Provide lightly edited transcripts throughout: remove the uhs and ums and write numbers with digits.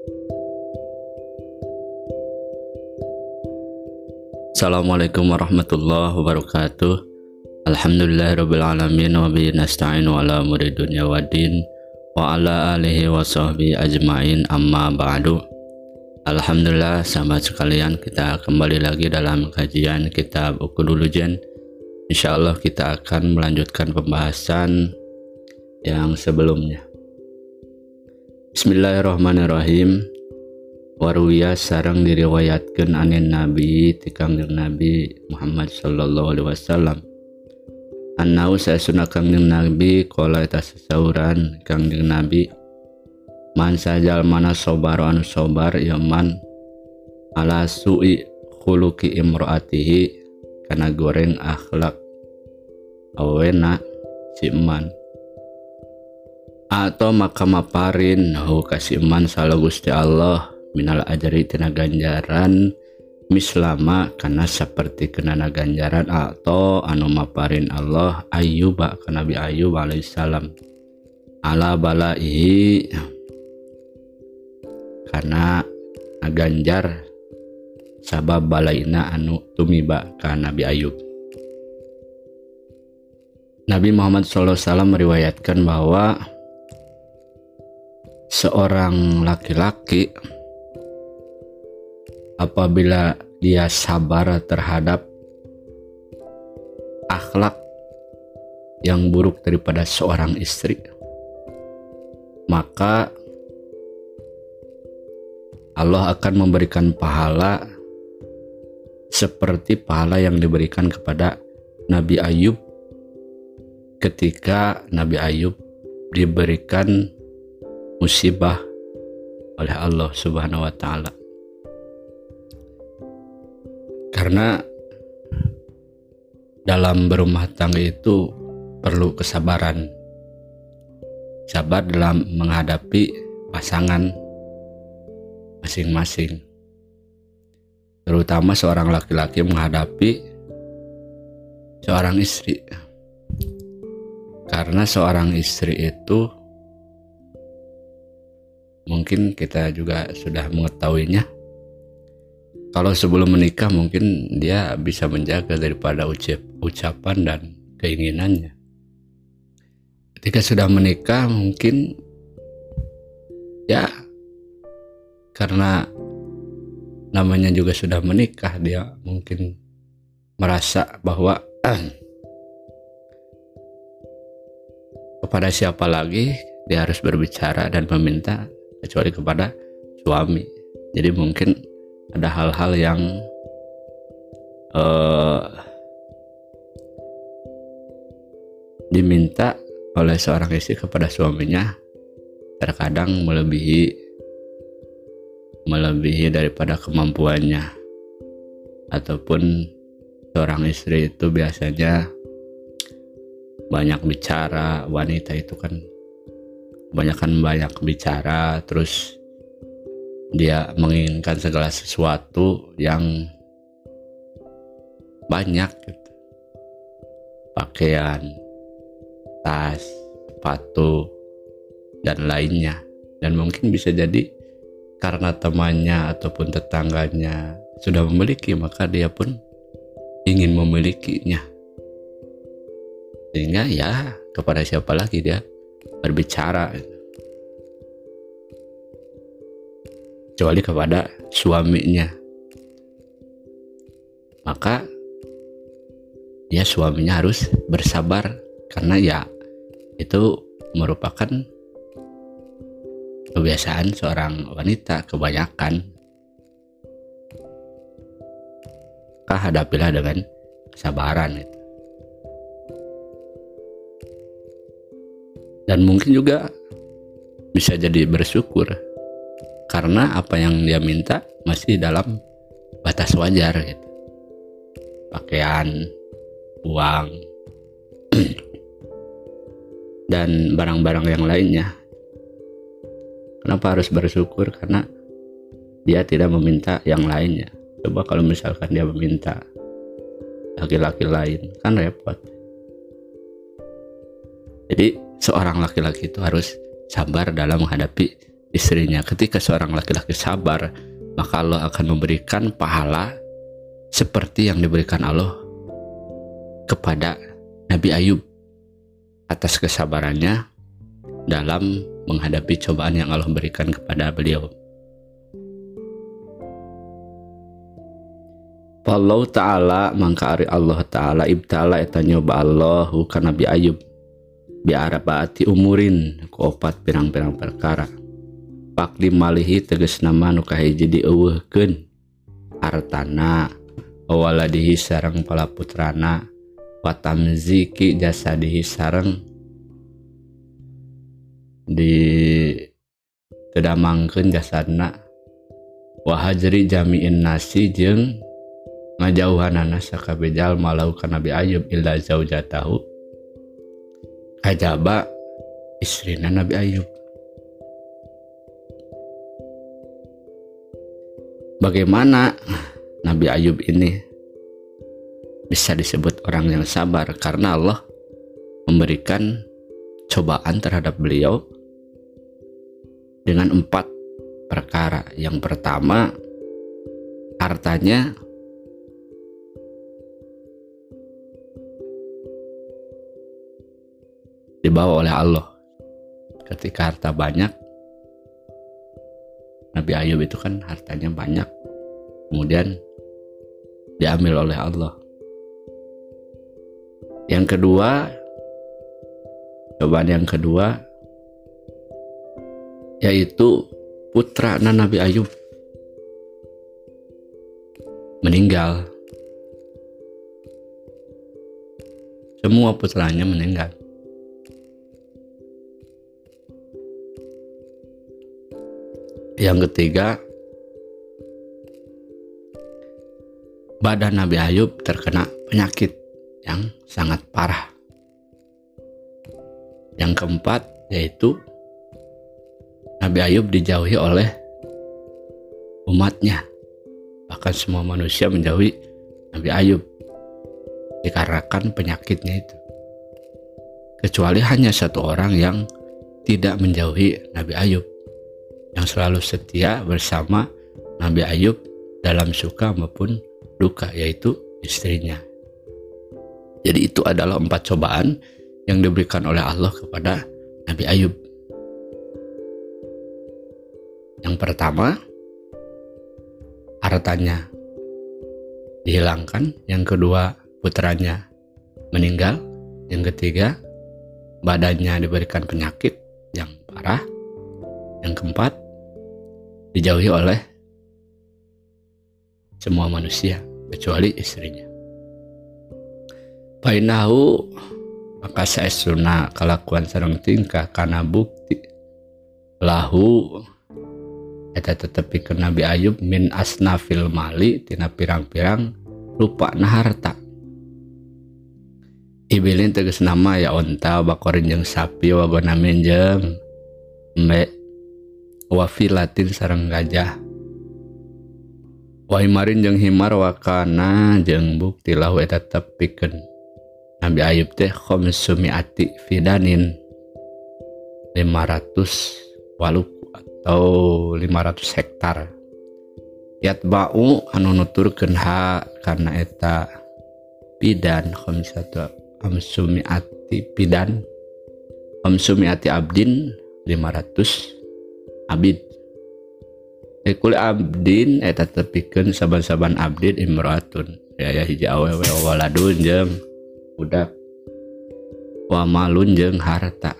Assalamualaikum warahmatullahi wabarakatuh. Alhamdulillahirabbil alamin wa bihi nasta'inu ala umuri dunya waddin wa ala alihi wa sahbihi ajmain, amma ba'du. Alhamdulillah, sahabat sekalian, kita kembali lagi dalam kajian kitab Uqudul-Lujan. Insyaallah kita akan melanjutkan pembahasan yang sebelumnya. Bismillahirrahmanirrahim. Waruya sareng diriwayatkeun anin Nabi ti Kangjeng Nabi Muhammad sallallahu alaihi wasallam. Annau saesuna Kangjeng Nabi qala eta sasauran Kangjeng Nabi, man sajal mana sobar anu sobar ya man ala su'i khuluqi imraatihi kana goreng akhlak awena si man, atau maka maparin hu kasih man salah Gusti Allah minal ajari tina ganjaran mislama kana seperti kenana ganjaran atau anu maparin Allah Ayyuba ka Nabi Ayyub alaihissalam ala balaihi kana ganjar sabab balaina anu tumiba ka Nabi Ayyub. Nabi Muhammad SAW meriwayatkan bahwa seorang laki-laki apabila dia sabar terhadap akhlak yang buruk daripada seorang istri, maka Allah akan memberikan pahala seperti pahala yang diberikan kepada Nabi Ayyub ketika Nabi Ayyub diberikan musibah oleh Allah Subhanahu wa Ta'ala. Karena dalam berumah tangga itu perlu kesabaran, sabar dalam menghadapi pasangan masing-masing, terutama seorang laki-laki menghadapi seorang istri. Karena seorang istri itu mungkin kita juga sudah mengetahuinya, kalau sebelum menikah mungkin dia bisa menjaga daripada ucapan dan keinginannya. Ketika sudah menikah mungkin ya karena namanya juga sudah menikah, dia mungkin merasa bahwa kepada siapa lagi dia harus berbicara dan meminta kecuali kepada suami. Jadi mungkin ada hal-hal yang diminta oleh seorang istri kepada suaminya terkadang melebihi daripada kemampuannya, ataupun seorang istri itu biasanya banyak bicara. Wanita itu kan banyak bicara, terus dia menginginkan segala sesuatu yang banyak gitu. Pakaian, tas, sepatu, dan lainnya. Dan mungkin bisa jadi karena temannya ataupun tetangganya sudah memiliki, maka dia pun ingin memilikinya. Sehingga ya kepada siapa lagi dia berbicara, kecuali kepada suaminya. Maka ya suaminya harus bersabar, karena ya itu merupakan kebiasaan seorang wanita kebanyakan. Maka hadapilah dengan kesabaran itu. Dan mungkin juga bisa jadi bersyukur karena apa yang dia minta masih dalam batas wajar gitu. Pakaian, uang, dan barang-barang yang lainnya. Kenapa harus bersyukur? Karena dia tidak meminta yang lainnya. Coba kalau misalkan dia meminta laki-laki lain, kan repot. Jadi seorang laki-laki itu harus sabar dalam menghadapi istrinya. Ketika seorang laki-laki sabar, maka Allah akan memberikan pahala seperti yang diberikan Allah kepada Nabi Ayub atas kesabarannya dalam menghadapi cobaan yang Allah berikan kepada beliau. Allah Ta'ala mangka ari Allah Ta'ala ibtala eta nyoba Allahu ka Nabi Ayub bi arbaati umurin ku opat pirang-pirang perkara. Pakli malihi tegasna manu kahiji dieuweuhkeun hartana waladihi sareng palaputrana wa tamziki jasadihi sareng di tedamangkeun jasadna wa hajri jami'in nasi jeung ngajauhanana sakabeh jalma lahu ka Nabi Ayub illa zaujatahu kajaba istrina Nabi Ayub. Bagaimana Nabi Ayub ini bisa disebut orang yang sabar? Karena Allah memberikan cobaan terhadap beliau dengan 4 perkara. Yang pertama, hartanya dibawa oleh Allah. Ketika harta banyak, Nabi Ayub itu kan hartanya banyak, kemudian diambil oleh Allah. Yang kedua, cobaan yang kedua yaitu putra Nabi Ayub meninggal. Semua putranya meninggal. Yang ketiga, badan Nabi Ayub terkena penyakit yang sangat parah. Yang keempat yaitu Nabi Ayub dijauhi oleh umatnya. Bahkan semua manusia menjauhi Nabi Ayub dikarenakan penyakitnya itu. Kecuali hanya satu orang yang tidak menjauhi Nabi Ayub, yang selalu setia bersama Nabi Ayub dalam suka maupun duka, yaitu istrinya. Jadi itu adalah 4 cobaan yang diberikan oleh Allah kepada Nabi Ayub. Yang pertama, hartanya dihilangkan. Yang kedua, putranya meninggal. Yang ketiga, badannya diberikan penyakit yang parah. Yang keempat, dijauhi oleh semua manusia kecuali istrinya. Painahu maka saestuna kalakuan sareng tingkah kana bukti lahu eta tetepikeun Nabi Ayub min asnafil mali tina pirang-pirang rupana harta. Ibilin tegas nama ya onta bakorin jeung sapi wagonamin jeung embe wafilatin sareng gajah waimarin jeung himar wakana jeung bukti lahu eta tepikeun Nabi Ayub teh khomsumiati fidanin 500 waluku atau 500 hektar yatba'u anu nuturkeun ha kana eta pidan khomsumiati pidan khomsumiati abdin 500 abid. Ekul abdin eta tepikeun saban-saban abdin imraatun ya hiji awewe waladun jeung budak wa malun jeung harta.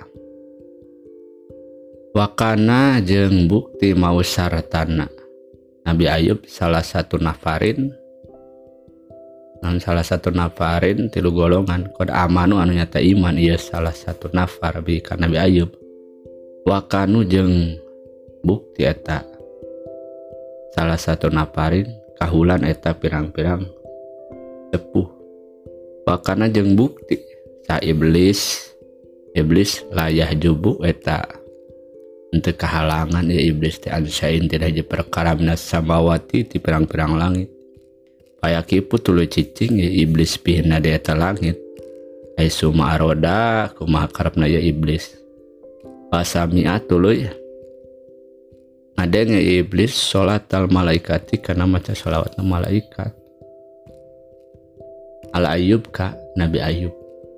Wakana jeung bukti mau sartana Nabi Ayub salah satu nafarin tilu golongan kod amanu anu nyata iman ieu salah satu nafar bi ka Nabi Ayub. Wakanu jeung bukti eta salah satu naparin kahulan eta pirang-pirang sepuh. Wakana jeung bukti sa iblis layah jubu eta henteu kahalangan ya iblis teh ansain tidak hiji perkara minas samawati ti pirang-pirang langit. Payakipu tuluy cicing ya iblis pihna di eta langit. Ai suma aroda kumaha karepna ya iblis. Pasami'a tuluy Adanya iblis sholat al malaikati karena maca sholawat malaikat. Al Ayub ka Nabi Ayub.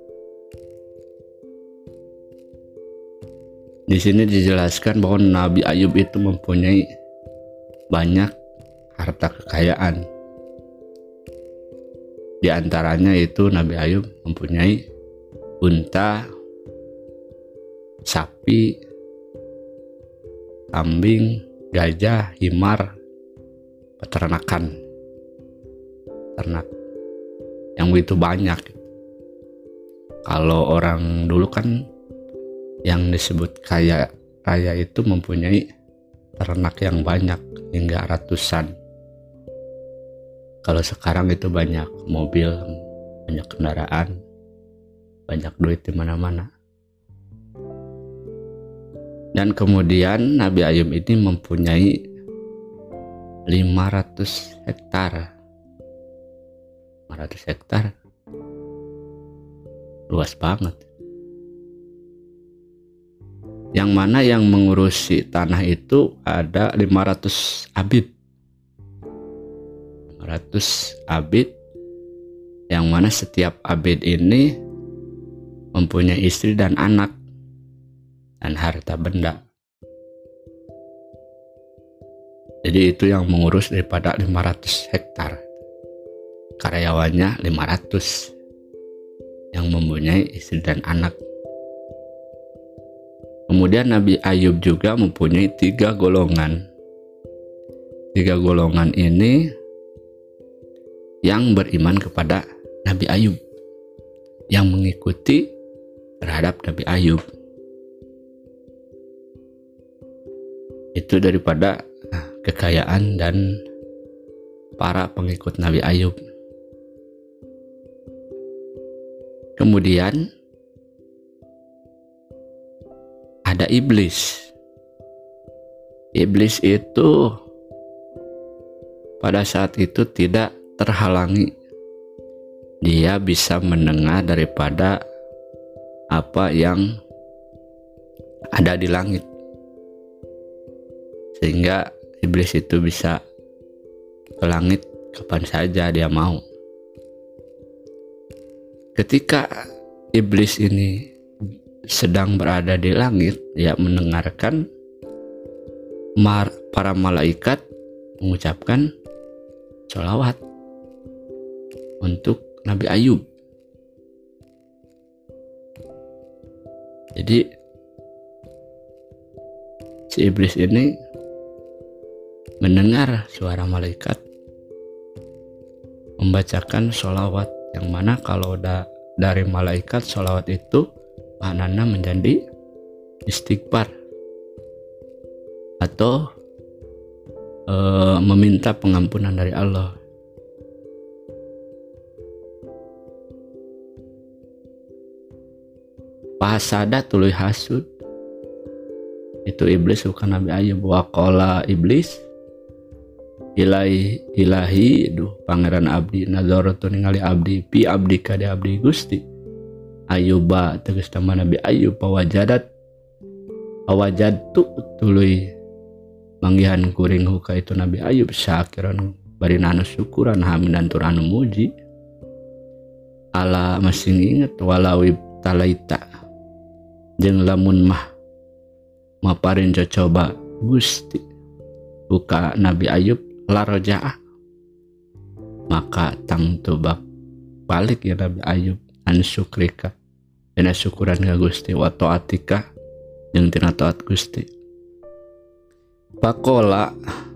Di sini dijelaskan bahwa Nabi Ayub itu mempunyai banyak harta kekayaan. Di antaranya itu Nabi Ayub mempunyai unta, sapi, kambing, gajah, himar, peternakan, ternak yang begitu banyak. Kalau orang dulu kan yang disebut kaya raya itu mempunyai ternak yang banyak hingga ratusan. Kalau sekarang itu banyak mobil, banyak kendaraan, banyak duit di mana-mana. Dan kemudian Nabi Ayub ini mempunyai 500 hektar. 500 hektar. Luas banget. Yang mana yang mengurusi tanah itu ada 500 abid. 500 abid, yang mana setiap abid ini mempunyai istri dan anak dan harta benda. Jadi itu yang mengurus daripada 500 hektar. Karyawannya 500 yang mempunyai istri dan anak. Kemudian Nabi Ayub juga mempunyai 3 golongan. 3 golongan ini yang beriman kepada Nabi Ayub, yang mengikuti terhadap Nabi Ayub. Itu daripada kekayaan dan para pengikut Nabi Ayub. Kemudian ada iblis. Iblis itu pada saat itu tidak terhalangi. Dia bisa mendengar daripada apa yang ada di langit, sehingga iblis itu bisa ke langit kapan saja dia mau. Ketika iblis ini sedang berada di langit, dia mendengarkan para malaikat mengucapkan sholawat untuk Nabi Ayub. Jadi si iblis ini mendengar suara malaikat membacakan sholawat, yang mana kalau dari malaikat sholawat itu maknanya menjadi istighfar atau meminta pengampunan dari Allah. Fasada tuluy hasud, itu iblis bukan Nabi Ayub. Waqala iblis ilahi pangeran abdi nazaratu ningali abdi pi abdi ka abdi Gusti Ayuba tegas nama Nabi Ayub pawajadtu tuluy manggihan kuring huka itu Nabi Ayub syakiran bari nanu syukuran hamidan tur anu muji ala masih inget walawi talaita jeung lamun mah maparin coba Gusti buka Nabi Ayub laroja'ah, maka tang tubak balik ya Nabi Ayub an syukrika dina syukuran ka Gusti wa taatika jeung tina taat Gusti. Pakola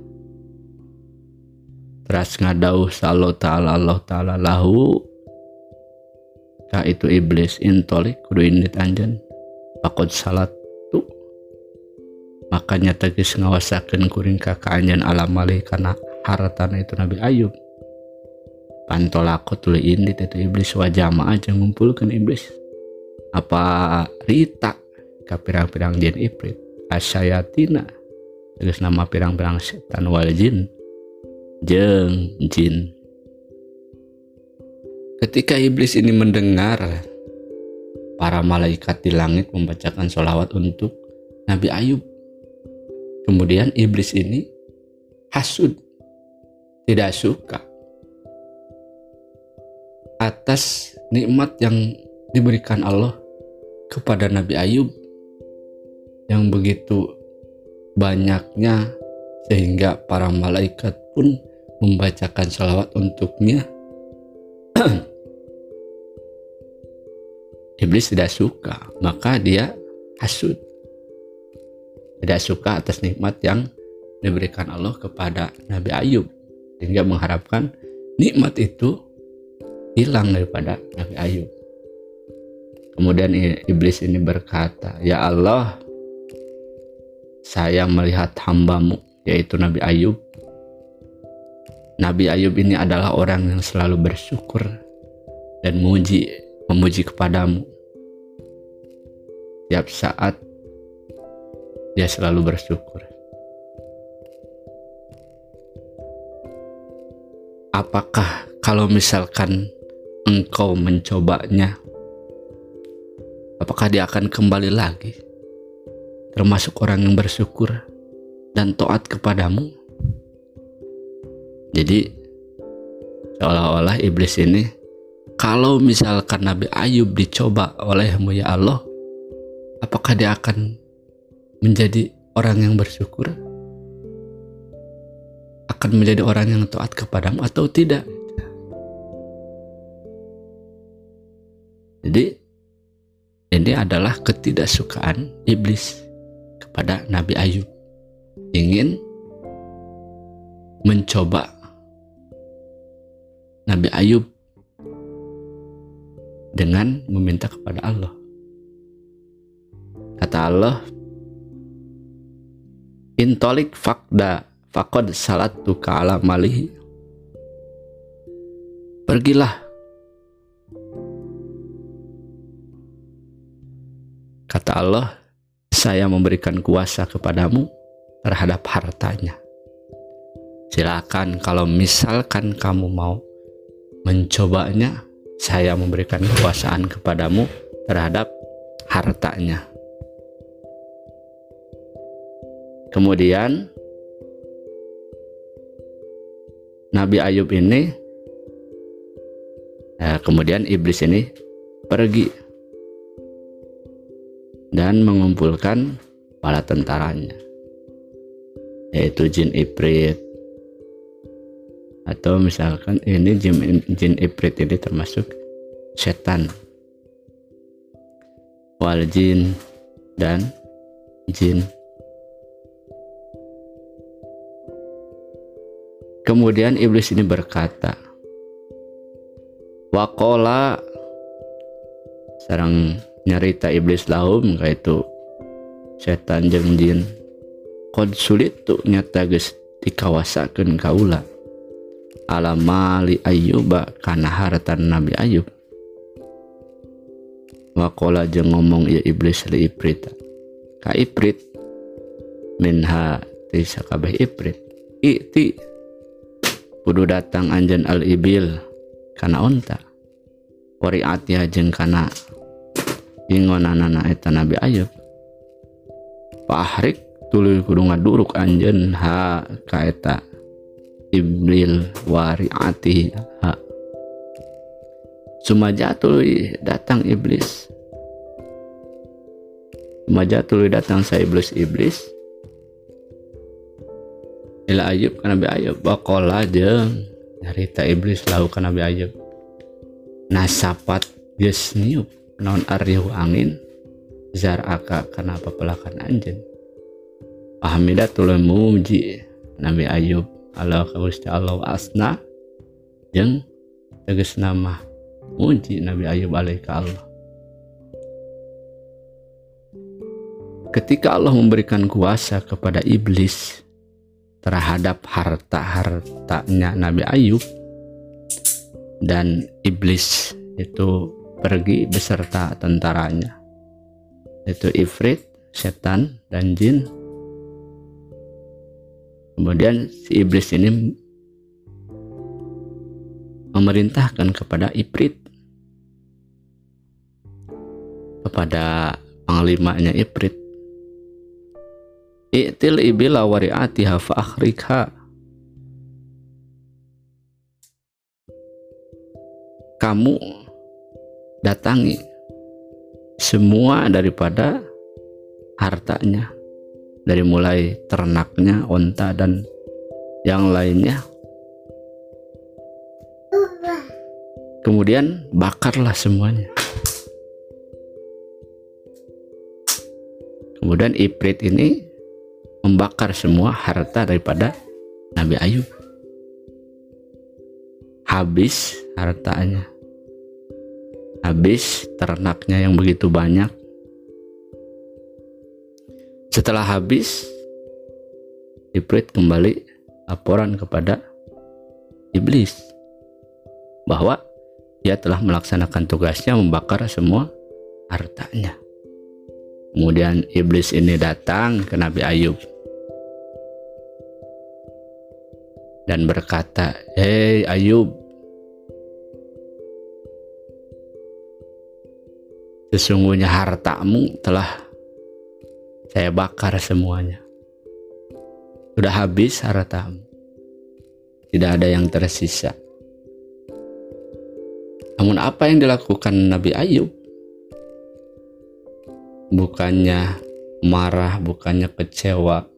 teras ngadauh sallallahu ta'ala Allah ta'ala lahu ka itu iblis intolik kudu indit anjeun pakod salat tu, makanya tegas ngawasakeun kuring ka anjeun alamali kana hartana itu Nabi Ayub. Pantolako tuluy indit itu iblis wajama aja ngumpulkeun iblis apa rita ka pirang-pirang jin ifrit asyayatina tegas nama pirang-pirang setan wal jin jeung jin. Ketika iblis ini mendengar para malaikat di langit membacakan sholawat untuk Nabi Ayub, Kemudian iblis ini hasud, tidak suka atas nikmat yang diberikan Allah kepada Nabi Ayub yang begitu banyaknya sehingga para malaikat pun membacakan salawat untuknya. Iblis tidak suka, maka dia hasud, tidak suka atas nikmat yang diberikan Allah kepada Nabi Ayub, sehingga mengharapkan nikmat itu hilang daripada Nabi Ayub. Kemudian iblis ini berkata, "Ya Allah, saya melihat hamba-Mu, yaitu Nabi Ayub. Nabi Ayub ini adalah orang yang selalu bersyukur dan memuji kepadamu. Tiap saat dia selalu bersyukur. Apakah kalau misalkan engkau mencobanya, apakah dia akan kembali lagi termasuk orang yang bersyukur dan taat kepadamu?" Jadi seolah-olah iblis ini, kalau misalkan Nabi Ayub dicoba olehmu ya Allah, apakah dia akan menjadi orang yang bersyukur? Akan menjadi orang yang taat kepadamu atau tidak? Jadi ini adalah ketidaksukaan iblis kepada Nabi Ayub, ingin mencoba Nabi Ayub dengan meminta kepada Allah. Kata Allah, "Intolik fakda faqad salatu ka'ala malihi." Pergilah, kata Allah, saya memberikan kuasa kepadamu terhadap hartanya. Silakan kalau misalkan kamu mau mencobanya, saya memberikan kekuasaan kepadamu terhadap hartanya. Kemudian Nabi Ayub ini, kemudian iblis ini pergi dan mengumpulkan para tentaranya, yaitu jin ifrit. Atau misalkan ini jin ifrit ini termasuk setan, wal jin dan jin. Kemudian iblis ini berkata, waqala, sareng nyarita iblis lahum kaitu setan jeung jin, qad sulitu nyata geus dikawasakeun kaula alama li Ayyuba kana haratan Nabi Ayub. Waqala jeung ngomong ya iblis li ifrit ka ifrit minha ti sakabeh ifrit, iti kudu datang anjeun al ibil kana onta, wari'atiha jeung kana ingonanana eta Nabi Ayub, pahrik tuluy kudu ngaduruk anjeun ha ka eta ibil wari'ati ha. Sumaja tuluy datang iblis, sumaja tuluy datang sa iblis ila Ayub ka Nabi Ayub. Waqala jeung nyarita iblis lahu ka Nabi Ayub, nasapat geus niup naon arieuh angin zar'aka kana papelakan anjeun. Ahmida tuluy muji Nabi Ayub Allah ka Gusti Allah asna jeung tegasna mah muji Nabi Ayub alaihi ka Allah. Ketika Allah memberikan kuasa kepada iblis terhadap harta-hartanya Nabi Ayub, dan iblis itu pergi beserta tentaranya, yaitu ifrit, setan, dan jin. Kemudian si iblis ini memerintahkan kepada ifrit, kepada panglimanya ifrit, i'til ibila wari'atiha fa akhrikha. Kamu datangi semua daripada hartanya, dari mulai ternaknya, onta dan yang lainnya. Kemudian bakarlah semuanya. Kemudian Ifrit ini membakar semua harta daripada Nabi Ayub. Habis hartanya, habis ternaknya yang begitu banyak. Setelah habis, Ifrit kembali laporan kepada iblis bahwa dia telah melaksanakan tugasnya membakar semua hartanya. Kemudian iblis ini datang ke Nabi Ayub dan berkata, "Hei Ayub, sesungguhnya hartamu telah saya bakar semuanya. Sudah habis hartamu. Tidak ada yang tersisa." Namun apa yang dilakukan Nabi Ayub? Bukannya marah, bukannya kecewa,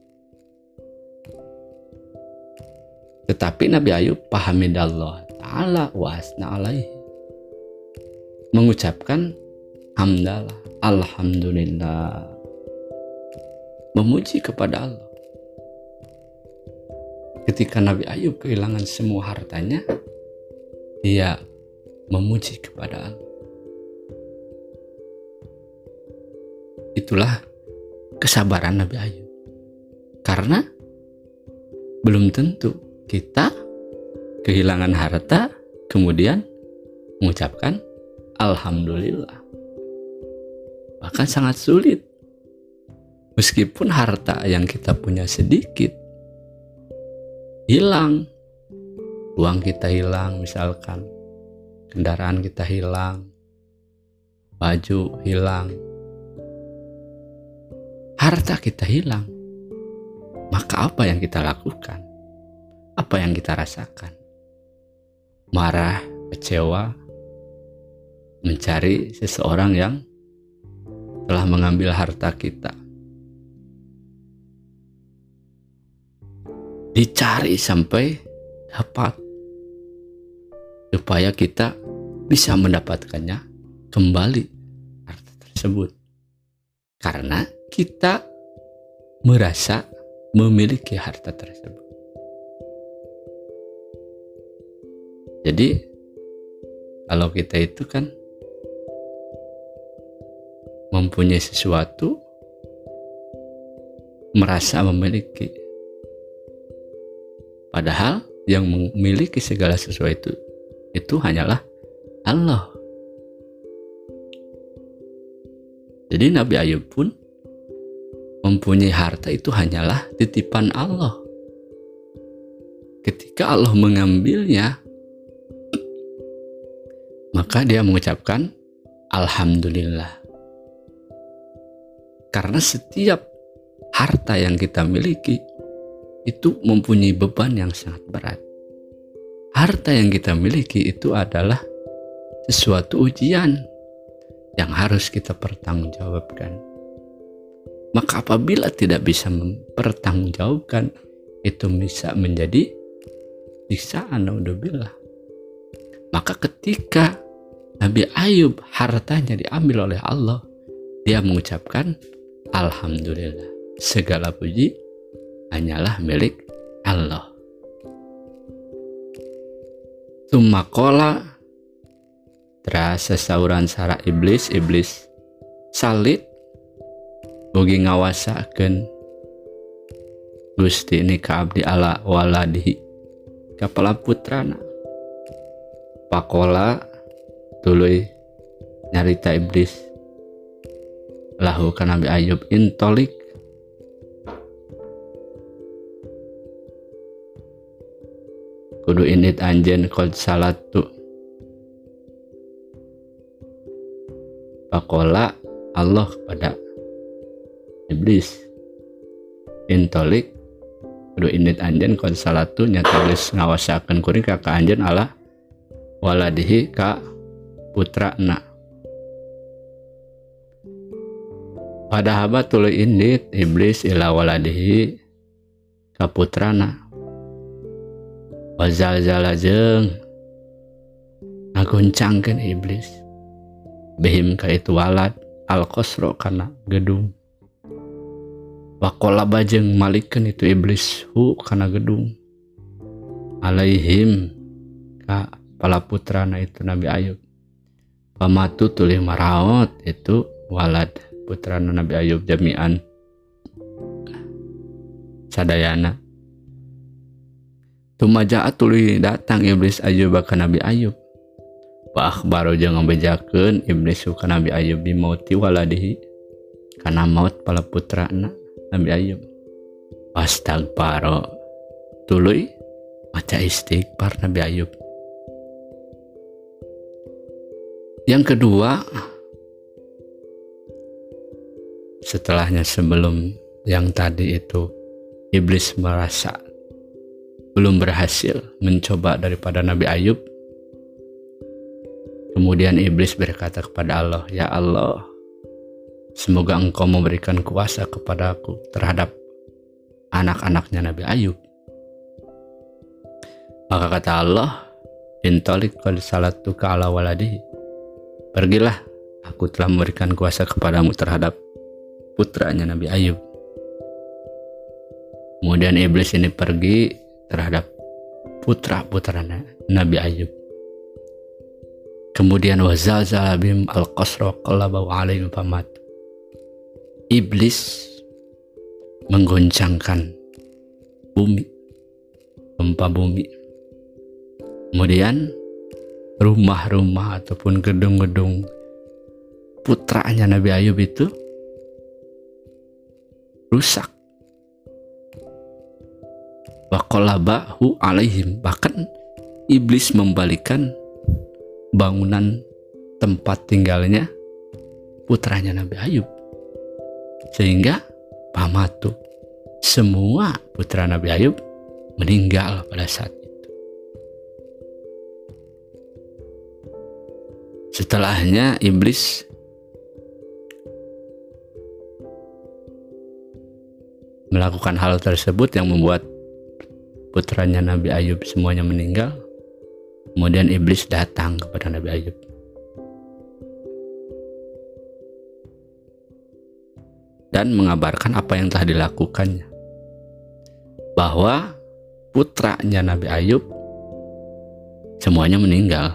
tetapi Nabi Ayub pahamidallah ta'ala wa asna alaihi, mengucapkan hamdalah, alhamdulillah, memuji kepada Allah. Ketika Nabi Ayub kehilangan semua hartanya, dia memuji kepada Allah. Itulah kesabaran Nabi Ayub. Karena belum tentu kita kehilangan harta kemudian mengucapkan alhamdulillah. Bahkan sangat sulit. Meskipun harta yang kita punya sedikit, hilang, uang kita hilang misalkan, kendaraan kita hilang, baju hilang, harta kita hilang, maka apa yang kita lakukan? Apa yang kita rasakan? Marah, kecewa, mencari seseorang yang telah mengambil harta kita. Dicari sampai dapat, supaya kita bisa mendapatkannya kembali harta tersebut. Karena kita merasa memiliki harta tersebut. Jadi kalau kita itu kan mempunyai sesuatu, merasa memiliki, padahal yang memiliki segala sesuatu itu hanyalah Allah. Jadi Nabi Ayub pun mempunyai harta itu hanyalah titipan Allah. Ketika Allah mengambilnya, maka dia mengucapkan alhamdulillah. Karena setiap harta yang kita miliki itu mempunyai beban yang sangat berat. Harta yang kita miliki itu adalah sesuatu ujian yang harus kita pertanggungjawabkan. Maka apabila tidak bisa mempertanggungjawabkan, itu bisa menjadi siksaan, naudzubillah. Maka ketika Nabi Ayub hartanya diambil oleh Allah, dia mengucapkan alhamdulillah, segala puji hanyalah milik Allah. Tumakola, terasa sauran sara iblis salit bogi ngawasakeun Gusti ini ka abdi ala waladihi kapala putrana. Pakola tuluy nyarita iblis lahu ka Nabi Ayub, intolik kudu init anjeun qad salatu. Pakola Allah kepada iblis, intolik kudu indit anjeun kon salatu nyata geus ngawasakeun kuring ka anjeun ala waladihi ka putrana. Padahaba tuluy indit iblis ila waladihi ka putrana. Wazalzala jeung ngagoncangkeun iblis bihim ka itu walad al-qasra kana gedung. Waqalaba jeung malikeun itu iblis hu kana gedung alaihim ka palaputrana itu Nabi Ayub. Pamatu tuluy maraot itu walad putrana Nabi Ayub jami'an sadayana. Tumaja'a tuluy datang iblis Ayub ka Nabi Ayub. Wa akhbaru jeung ngabejakeun iblis ka Nabi Ayub bi mauti waladihi kana maut palaputrana Nabi Ayub. Astagfaro tuluy maca istighfar Nabi Ayub. Yang kedua, setelahnya sebelum yang tadi itu iblis merasa belum berhasil mencoba daripada Nabi Ayub, kemudian iblis berkata kepada Allah, "Ya Allah, semoga engkau memberikan kuasa kepada aku terhadap anak-anaknya Nabi Ayub." Maka kata Allah, "Intalik qad salatuka ala waladihi." Pergilah, aku telah memberikan kuasa kepadamu terhadap putranya Nabi Ayub. Kemudian iblis ini pergi terhadap putra-putra Nabi Ayub. Kemudian wazalzala bihim al-qasra qallaba alaihim famat. Iblis menggoncangkan bumi, gempa bumi. Kemudian rumah-rumah ataupun gedung-gedung putranya Nabi Ayub itu rusak. Wa qalabahu alaihim, bahkan iblis membalikan bangunan tempat tinggalnya putranya Nabi Ayub, sehingga pamatu semua putra Nabi Ayub meninggal pada saat itu. Setelahnya iblis melakukan hal tersebut yang membuat putranya Nabi Ayub semuanya meninggal. Kemudian iblis datang kepada Nabi Ayub. Dan mengabarkan apa yang telah dilakukannya. Bahwa putranya Nabi Ayub semuanya meninggal.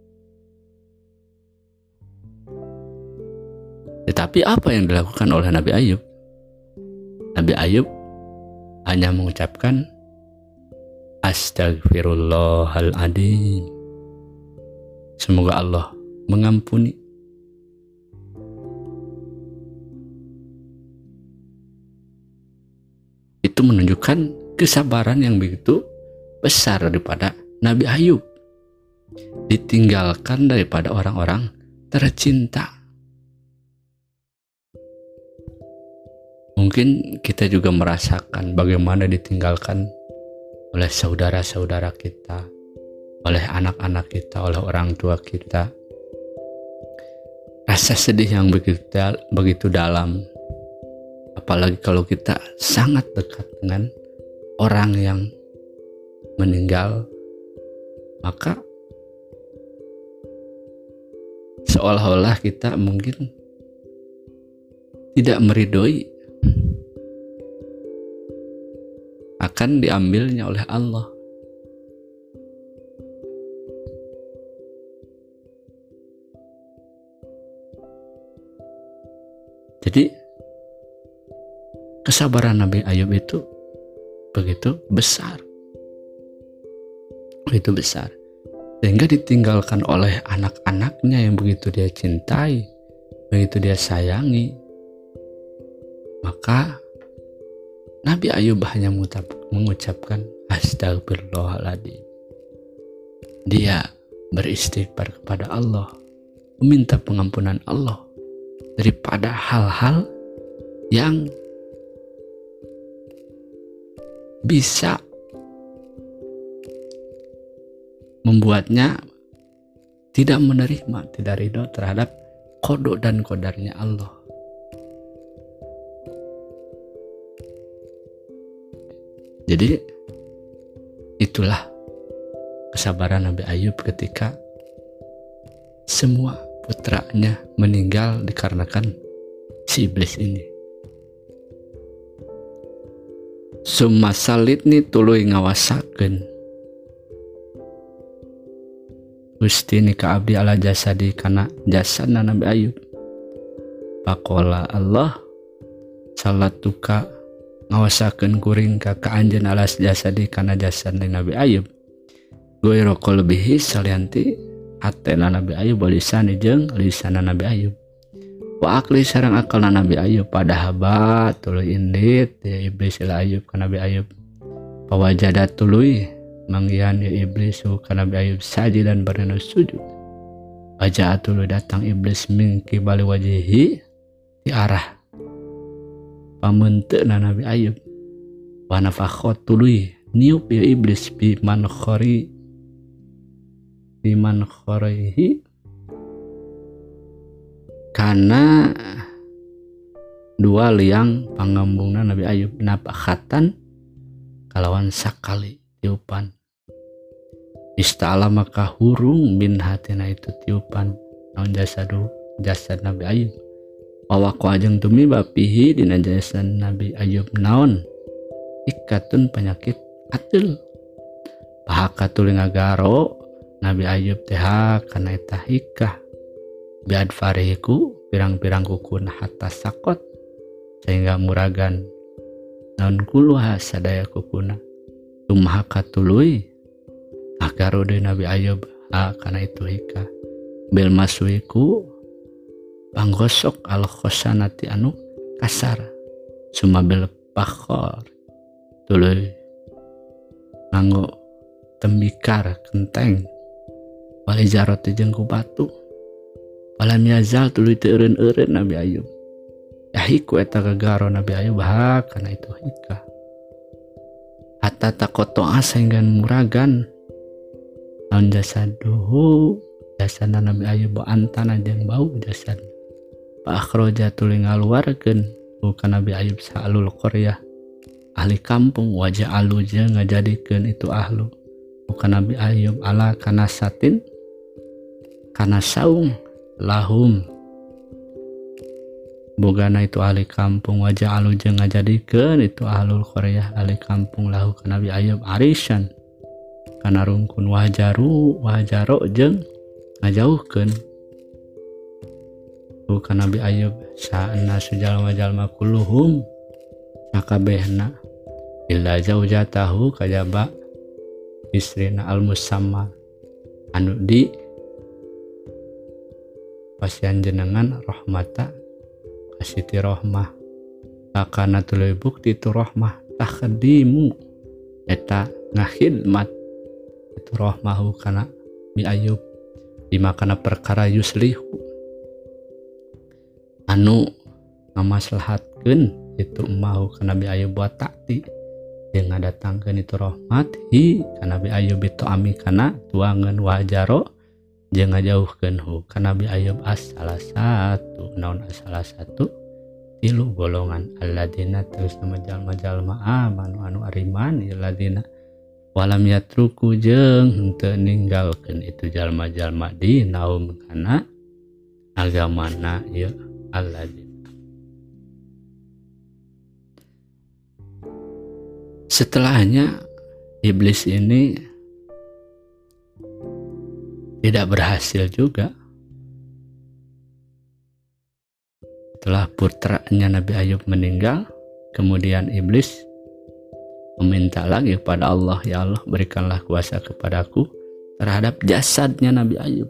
Tetapi apa yang dilakukan oleh Nabi Ayub? Nabi Ayub hanya mengucapkan Astagfirullahaladzim. Semoga Allah mengampuni. Itu menunjukkan kesabaran yang begitu besar daripada Nabi Ayub. Ditinggalkan daripada orang-orang tercinta. Mungkin kita juga merasakan bagaimana ditinggalkan oleh saudara-saudara kita, oleh anak-anak kita, oleh orang tua kita. Rasa sedih yang begitu dalam. Apalagi kalau kita sangat dekat dengan orang yang meninggal, maka seolah-olah kita mungkin tidak meridhoi akan diambilnya oleh Allah. Jadi kesabaran Nabi Ayub itu begitu besar. Begitu besar. Sehingga ditinggalkan oleh anak-anaknya yang begitu dia cintai, begitu dia sayangi. Maka Nabi Ayub hanya mengucapkan Astagfirullahaladzim. Dia beristighfar kepada Allah, meminta pengampunan Allah daripada hal-hal yang bisa membuatnya tidak menerima, tidak ridho terhadap qada dan qadarnya Allah. Jadi itulah kesabaran Nabi Ayub ketika semua putranya meninggal dikarenakan si iblis ini. Summa salitni tuluy ngawasakeun Gusti ni ka abdi ala jasadi kana jasadna Nabi Ayub. Faqala Allah salatuka ngawasakeun kuring ka anjeun ala jasadi kana jasad Nabi Ayub. Goiro qalbihi salianti hatena Nabi Ayub lisani jeung lisanna Nabi Ayub. Wa akli sareng akalna Nabi Ayub pada haba tuluy indit ya iblis ila Ayub ka Nabi Ayub. Pawajada tuluy manggihan ya iblis ka Nabi Ayub sajidan barana sujud. Wajah tuluy datang iblis mingki bali wajihi di arah pamenteuna Nabi Ayub. Wa nafakhot tuluy niup ya iblis bi man khorihi karena dua liang pangambungna Nabi Ayub napakhatan kalawan sakali tiupan. Ista'ala maka hurung min hatina itu tiupan naon jasad Nabi Ayub. Wawaku ajeng tumi bapihi dina jasad Nabi Ayub naon ikatun penyakit atul. Pahaka tuluy ngagaro Nabi Ayub teh kana eta hikah biad farihiku pirang-pirang kukun hatta sakot sehingga muragan naon kuluha sadaya kukuna tumaha katuluy agaro deui Nabi Ayub kana itu hikah bil masuiku panggosok al khosanati anu kasar sumabil pakhor tuluy nganggo tembikar kenteng wali jaroti jeung ku batu. Walam yazal tuluy teu eureun-eureun Nabi Ayub. Yahiku eta gagaro Nabi Ayub kana itu hikah. Hatta takotoa sehingga muragan naon jasaduhu jasadna Nabi Ayub antana jeung bau jasad. Fa akhraja tuluy ngaluarkeun ka Nabi Ayub sa'alul qaryah ahli kampung wajah alu jeung ngajadikeun itu ahlu ka Nabi Ayub ala kana satin kana saung lahum bogana itu ahli kampung wajah alu jeung ngajadikeun itu ahlul qaryah ahli kampung lahu ka Nabi Ayub arisan kana rungkun wajaro jeung ngajauhkeun ka Nabi Ayub sa'anna sujalma kulluhum sakabehna illa zaujatahu kajaba istrina al-musamma anu di pasian jenengan rahmata kasiti rahmah akana tuluy bukti itu rahmah takhdimu eta ngahidmat itu rahmahu kana bi Ayub dimakana perkara yuslihu anu ngamaslahatkeun itu mahu kana bi Ayub buat takti jeung ngadatangkeun itu rahmat kana bi Ayub itu ami kana tuangan wajaro jeung ngajauhkeun ka Nabi Ayub salah satu tilu golongan alladzina terus nama jalma-jalma amanu anu ariman alladzina walam yatruku jeung henteu ninggalkeun itu jalma-jalma di naum kana agamana ya alladzina. Setelahnya iblis ini tidak berhasil juga. Setelah putranya Nabi Ayub meninggal, kemudian iblis meminta lagi kepada Allah, ya Allah berikanlah kuasa kepadaku terhadap jasadnya Nabi Ayub.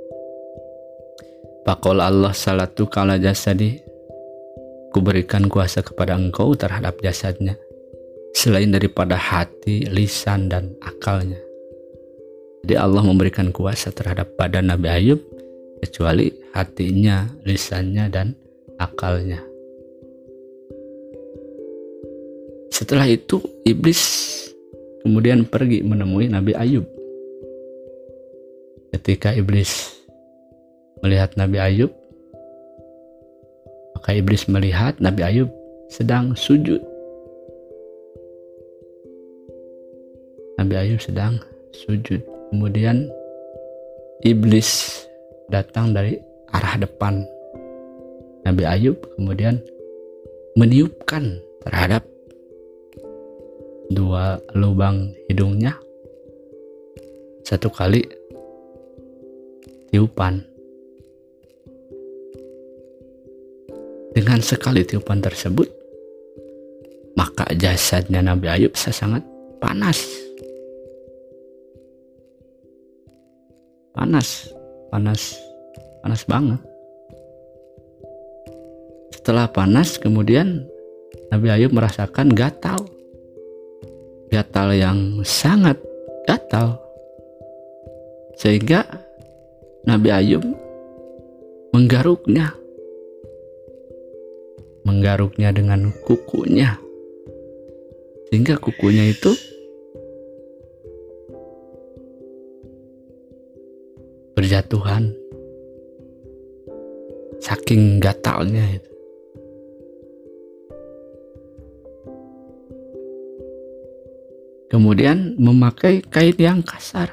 Faqala Allah salatu kala jasadi, kuberikan kuasa kepada engkau terhadap jasadnya selain daripada hati, lisan dan akalnya. Jadi Allah memberikan kuasa terhadap badan Nabi Ayub kecuali hatinya, lisannya dan akalnya. Setelah itu iblis kemudian pergi menemui Nabi Ayub. Ketika iblis melihat Nabi Ayub, maka iblis melihat Nabi Ayub sedang sujud. Nabi Ayub sedang sujud. Kemudian iblis datang dari arah depan Nabi Ayub, kemudian meniupkan terhadap dua lubang hidungnya satu kali tiupan. Dengan sekali tiupan tersebut, maka jasadnya Nabi Ayub sangat panas. Panas banget. Setelah panas, kemudian Nabi Ayub merasakan gatal yang sangat gatal, sehingga Nabi Ayub menggaruknya dengan kukunya, sehingga kukunya itu berjatuhan saking gatalnya itu. Kemudian memakai kain yang kasar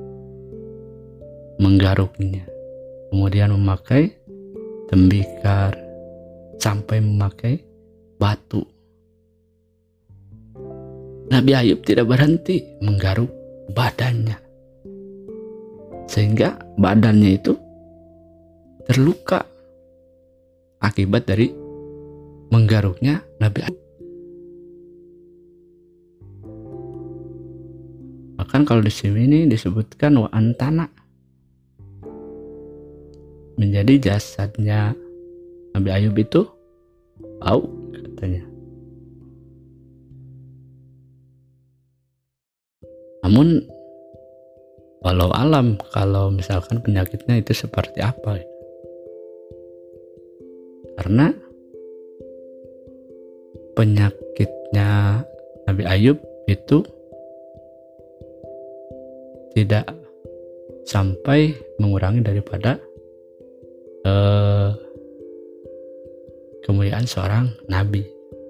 menggaruknya, kemudian memakai tembikar sampai memakai batu. Nabi Ayub tidak berhenti menggaruk badannya, sehingga badannya itu terluka akibat dari menggaruknya Nabi Ayub. Bahkan kalau di sini disebutkan wa antana, menjadi jasadnya Nabi Ayub itu bau katanya. Namun walau alam kalau misalkan penyakitnya itu seperti apa, karena penyakitnya Nabi Ayub itu tidak sampai mengurangi daripada kemuliaan seorang nabi.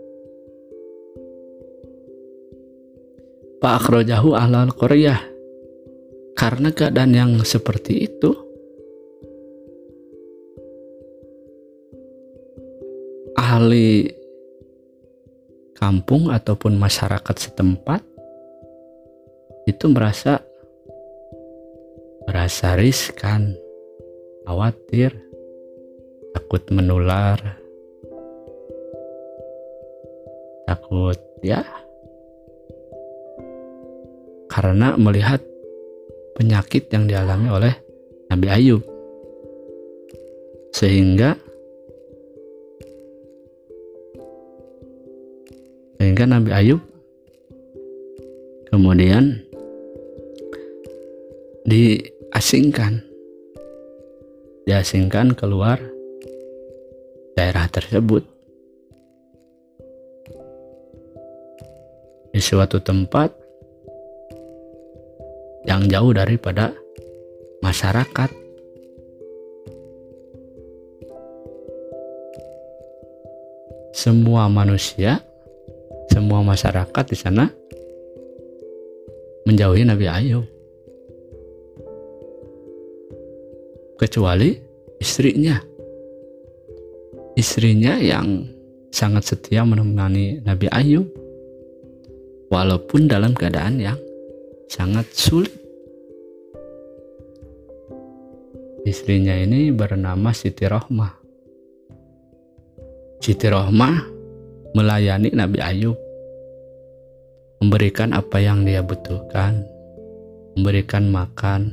Fa akhrajahu ahlul qaryah. Karena keadaan yang seperti itu, ahli kampung ataupun masyarakat setempat itu merasa riskan, khawatir, takut menular, takut karena melihat penyakit yang dialami oleh Nabi Ayub, sehingga Nabi Ayub kemudian diasingkan keluar daerah tersebut di suatu tempat yang jauh daripada masyarakat. Semua manusia, semua masyarakat di sana menjauhi Nabi Ayub, kecuali istrinya yang sangat setia menemani Nabi Ayub walaupun dalam keadaan yang sangat sulit. Istrinya ini bernama Siti Rohmah. Siti Rohmah melayani Nabi Ayub, memberikan apa yang dia butuhkan, memberikan makan,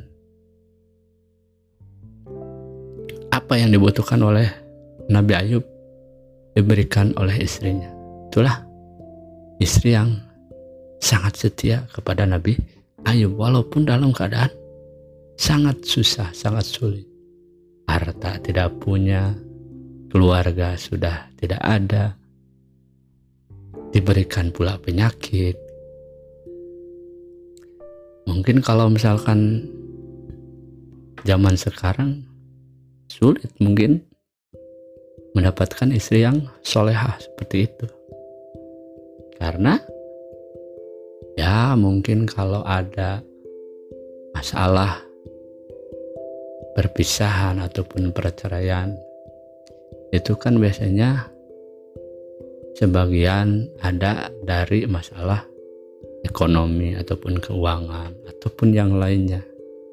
apa yang dibutuhkan oleh Nabi Ayub diberikan oleh istrinya. Itulah istri yang sangat setia kepada Nabi Ayub walaupun dalam keadaan sangat susah, sangat sulit. Harta tidak punya, keluarga sudah tidak ada, diberikan pula penyakit. Mungkin kalau misalkan zaman sekarang sulit mungkin mendapatkan istri yang solehah seperti itu. Karena ya mungkin kalau ada masalah perpisahan ataupun perceraian, itu kan biasanya sebagian ada dari masalah ekonomi ataupun keuangan ataupun yang lainnya.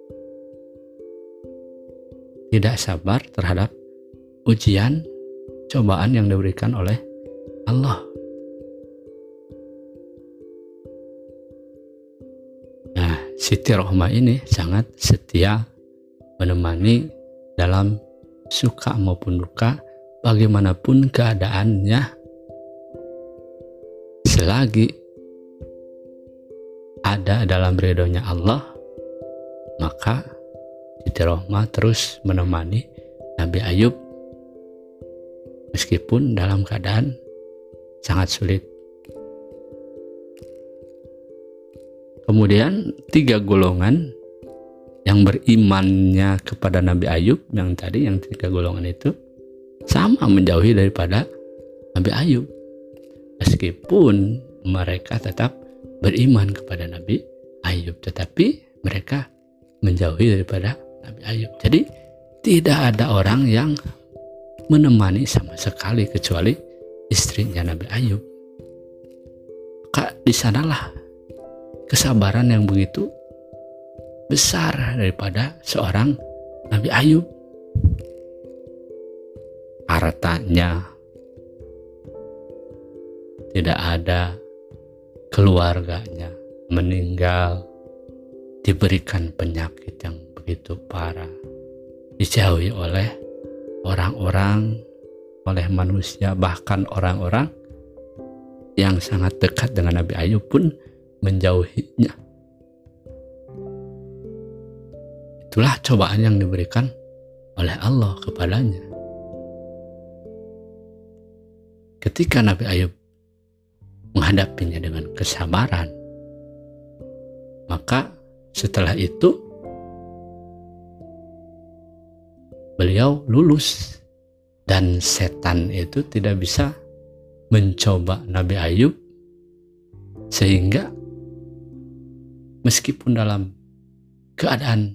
Tidak sabar terhadap ujian, cobaan yang diberikan oleh Allah. Nah, Siti Rohmah ini sangat setia menemani dalam suka maupun duka, bagaimanapun keadaannya, selagi ada dalam ridhonya Allah, maka Siti Rohmah terus menemani Nabi Ayub meskipun dalam keadaan sangat sulit. Kemudian 3 golongan yang berimannya kepada Nabi Ayub, yang 3 golongan itu sama menjauhi daripada Nabi Ayub, meskipun mereka tetap beriman kepada Nabi Ayub, tetapi mereka menjauhi daripada Nabi Ayub. Jadi tidak ada orang yang menemani sama sekali kecuali istrinya Nabi Ayub. Maka di sanalah kesabaran yang begitu besar daripada seorang Nabi Ayub. Hartanya tidak ada, keluarganya meninggal, diberikan penyakit yang begitu parah, dijauhi oleh orang-orang, oleh manusia, bahkan orang-orang yang sangat dekat dengan Nabi Ayub pun menjauhinya. Itulah cobaan yang diberikan oleh Allah kepadanya. Ketika Nabi Ayub menghadapinya dengan kesabaran, maka setelah itu beliau lulus dan setan itu tidak bisa mencoba Nabi Ayub, sehingga meskipun dalam keadaan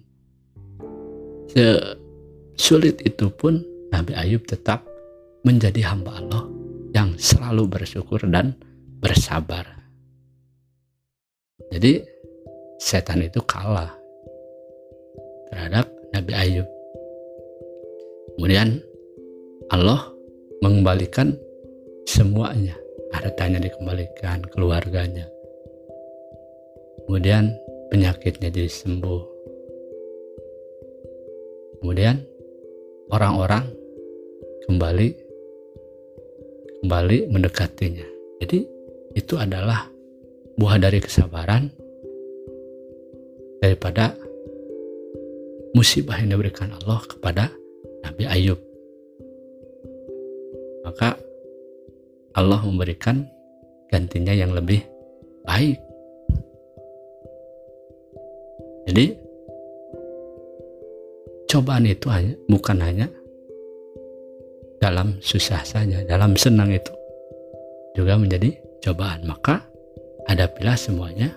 sesulit itu pun Nabi Ayub tetap menjadi hamba Allah yang selalu bersyukur dan bersabar. Jadi setan itu kalah terhadap Nabi Ayub. Kemudian Allah mengembalikan semuanya, hartanya dikembalikan, keluarganya. Kemudian penyakitnya jadi sembuh. Kemudian orang-orang kembali mendekatinya. Jadi itu adalah buah dari kesabaran daripada musibah yang diberikan Allah kepada Nabi Ayub. Maka Allah memberikan gantinya yang lebih baik. Jadi cobaan itu bukan hanya dalam susah saja, dalam senang itu juga menjadi cobaan. Maka hadapilah semuanya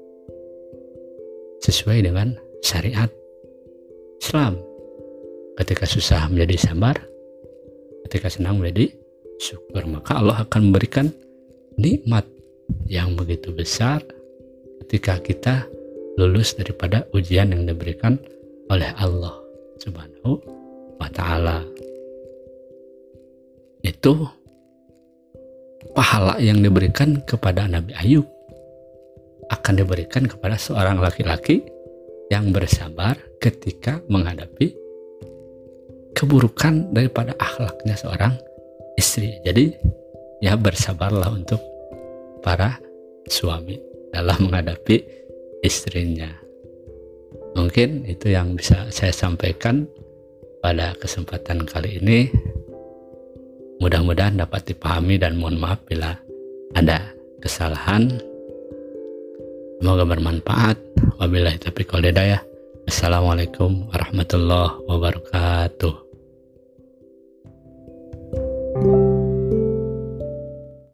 sesuai dengan syariat Islam. Ketika susah menjadi sabar, ketika senang menjadi syukur. Maka Allah akan memberikan nikmat yang begitu besar ketika kita lulus daripada ujian yang diberikan oleh Allah Subhanahu wa ta'ala. Itu pahala yang diberikan kepada Nabi Ayub akan diberikan kepada seorang laki-laki yang bersabar ketika menghadapi keburukan daripada akhlaknya seorang istri. Jadi ya bersabarlah untuk para suami dalam menghadapi istrinya. Mungkin itu yang bisa saya sampaikan pada kesempatan kali ini. Mudah-mudahan dapat dipahami dan mohon maaf bila ada kesalahan. Semoga bermanfaat. Wabillahi taufiq wal hidayah. Assalamualaikum warahmatullahi wabarakatuh.